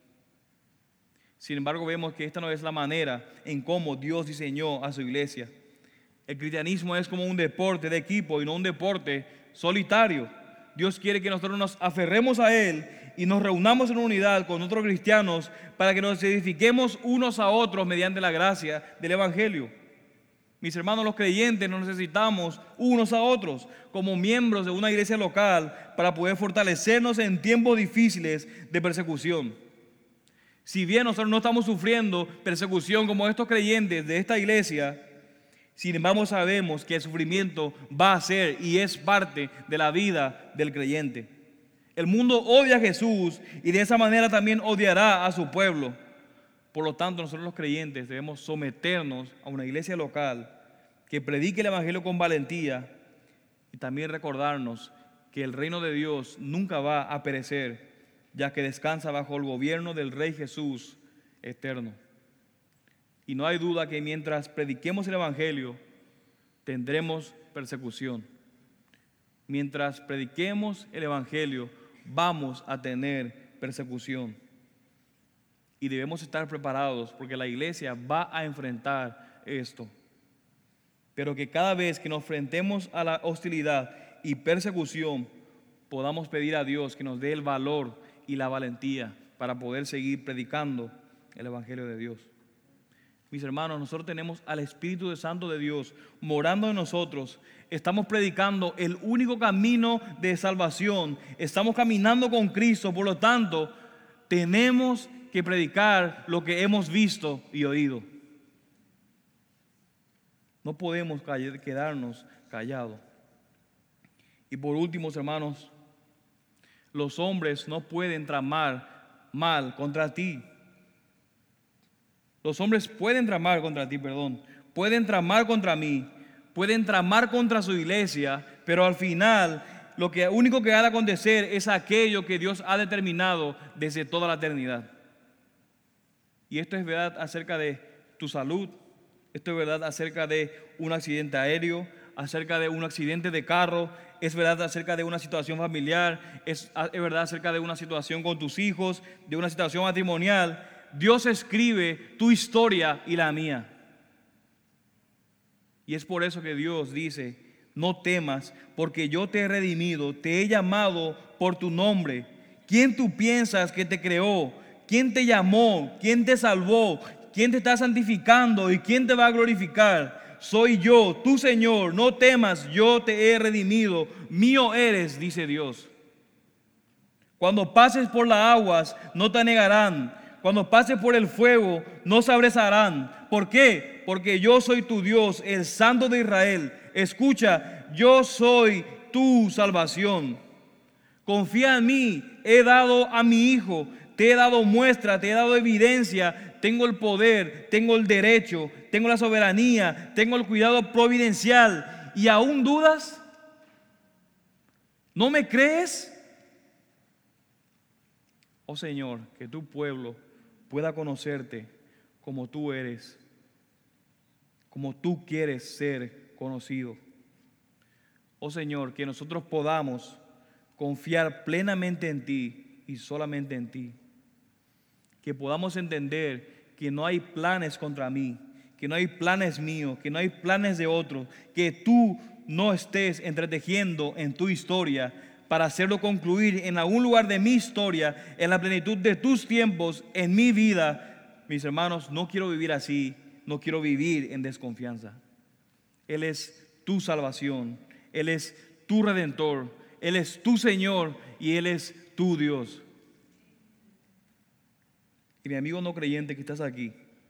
sin embargo vemos que esta no es la manera en cómo Dios diseñó a su iglesia. El cristianismo es como un deporte de equipo y no un deporte solitario. Dios quiere que nosotros nos aferremos a Él y nos reunamos en unidad con otros cristianos para que nos edifiquemos unos a otros mediante la gracia del Evangelio. Mis hermanos, los creyentes nos necesitamos unos a otros como miembros de una iglesia local para poder fortalecernos en tiempos difíciles de persecución. Si bien nosotros no estamos sufriendo persecución como estos creyentes de esta iglesia, sin embargo sabemos que el sufrimiento va a ser y es parte de la vida del creyente. El mundo odia a Jesús y de esa manera también odiará a su pueblo. Por lo tanto, nosotros los creyentes debemos someternos a una iglesia local que predique el Evangelio con valentía y también recordarnos que el reino de Dios nunca va a perecer, ya que descansa bajo el gobierno del Rey Jesús eterno. Y no hay duda que mientras prediquemos el Evangelio, tendremos persecución. Mientras prediquemos el Evangelio, vamos a tener persecución. Y debemos estar preparados porque la iglesia va a enfrentar esto. Pero que cada vez que nos enfrentemos a la hostilidad y persecución, podamos pedir a Dios que nos dé el valor y la valentía para poder seguir predicando el Evangelio de Dios. Mis hermanos, nosotros tenemos al Espíritu Santo de Dios morando en nosotros. Estamos predicando el único camino de salvación. Estamos caminando con Cristo. Por lo tanto, tenemos que predicar lo que hemos visto y oído. No podemos quedarnos callados. Y por último, hermanos, los hombres no pueden tramar mal contra ti. Los hombres pueden tramar contra ti, perdón. Pueden tramar contra mí. Pueden tramar contra su iglesia. Pero al final, lo que, único que ha de acontecer es aquello que Dios ha determinado desde toda la eternidad. Y esto es verdad acerca de tu salud. Esto es verdad acerca de un accidente aéreo, acerca de un accidente de carro. Es verdad acerca de una situación familiar. Es, es verdad acerca de una situación con tus hijos, de una situación matrimonial. Dios escribe tu historia y la mía. Y es por eso que Dios dice: no temas, porque yo te he redimido, te he llamado por tu nombre. ¿Quién tú piensas que te creó? ¿Quién te llamó? ¿Quién te salvó? ¿Quién te está santificando? ¿Y quién te va a glorificar? Soy yo, tu Señor. No temas, yo te he redimido. Mío eres, dice Dios. Cuando pases por las aguas, no te anegarán. Cuando pases por el fuego, no se abrasarán. ¿Por qué? Porque yo soy tu Dios, el Santo de Israel. Escucha, yo soy tu salvación. Confía en mí, he dado a mi Hijo, te he dado muestra, te he dado evidencia. Tengo el poder, tengo el derecho, tengo la soberanía, tengo el cuidado providencial. y aún dudas. ¿No me crees? Oh Señor, que tu pueblo pueda conocerte como tú eres, como tú quieres ser conocido. Oh Señor, que nosotros podamos confiar plenamente en ti y solamente en ti. Que podamos entender que no hay planes contra mí, que no hay planes míos, que no hay planes de otros, que tú no estés entretejiendo en tu historia para hacerlo concluir en algún lugar de mi historia, en la plenitud de tus tiempos, en mi vida. Mis hermanos, no quiero vivir así, no quiero vivir en desconfianza. Él es tu salvación, Él es tu Redentor, Él es tu Señor y Él es tu Dios. Y mi amigo no creyente que estás aquí,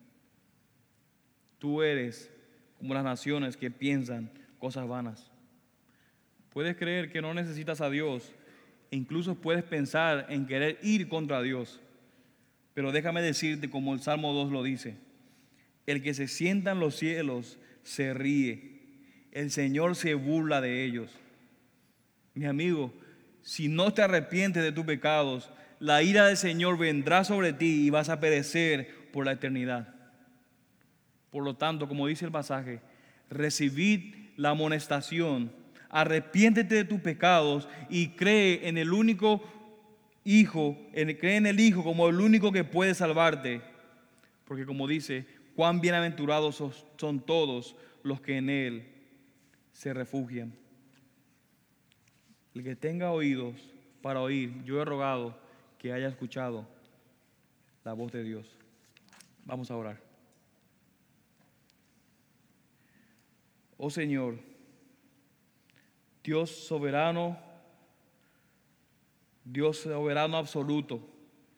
tú eres como las naciones que piensan cosas vanas. Puedes creer que no necesitas a Dios, e incluso puedes pensar en querer ir contra Dios. Pero déjame decirte, como el Salmo dos lo dice, el que se sienta en los cielos se ríe, el Señor se burla de ellos. Mi amigo, si no te arrepientes de tus pecados, la ira del Señor vendrá sobre ti y vas a perecer por la eternidad. Por lo tanto, como dice el pasaje, recibid la amonestación, arrepiéntete de tus pecados y cree en el único Hijo, en, cree en el Hijo como el único que puede salvarte. Porque como dice, cuán bienaventurados son, son todos los que en Él se refugian. El que tenga oídos para oír, yo he rogado que haya escuchado la voz de Dios. Vamos a orar. Oh Señor, Dios soberano, Dios soberano absoluto,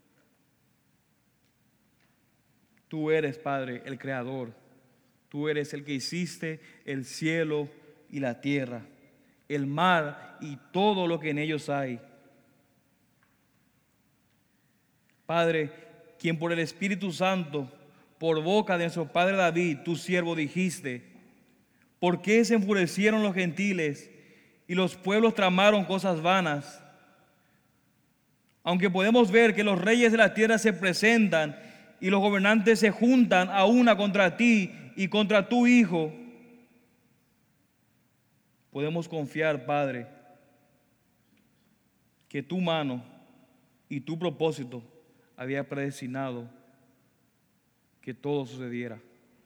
tú eres, Padre, el Creador. Tú eres el que hiciste el cielo y la tierra, el mar y todo lo que en ellos hay. Padre, quien por el Espíritu Santo, por boca de nuestro Padre David, tu siervo, dijiste: ¿por qué se enfurecieron los gentiles y los pueblos tramaron cosas vanas? Aunque podemos ver que los reyes de la tierra se presentan y los gobernantes se juntan a una contra ti y contra tu Hijo, podemos confiar, Padre, que tu mano y tu propósito había predestinado que todo sucediera.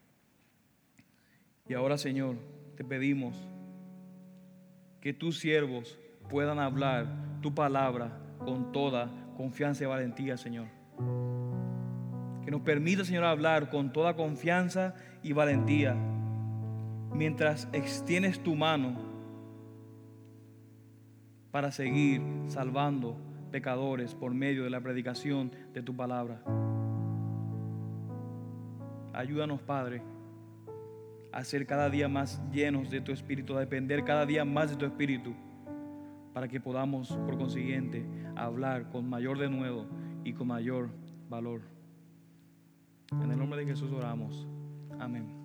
Y ahora, Señor, te pedimos que tus siervos puedan hablar tu palabra con toda confianza y valentía, Señor. Que nos permita, Señor, hablar con toda confianza y valentía mientras extiendes tu mano para seguir salvando pecadores por medio de la predicación de tu palabra. Ayúdanos, Padre, a ser cada día más llenos de tu Espíritu, a depender cada día más de tu Espíritu, para que podamos, por consiguiente, hablar con mayor denuedo y con mayor valor. En el nombre de Jesús oramos. Amén.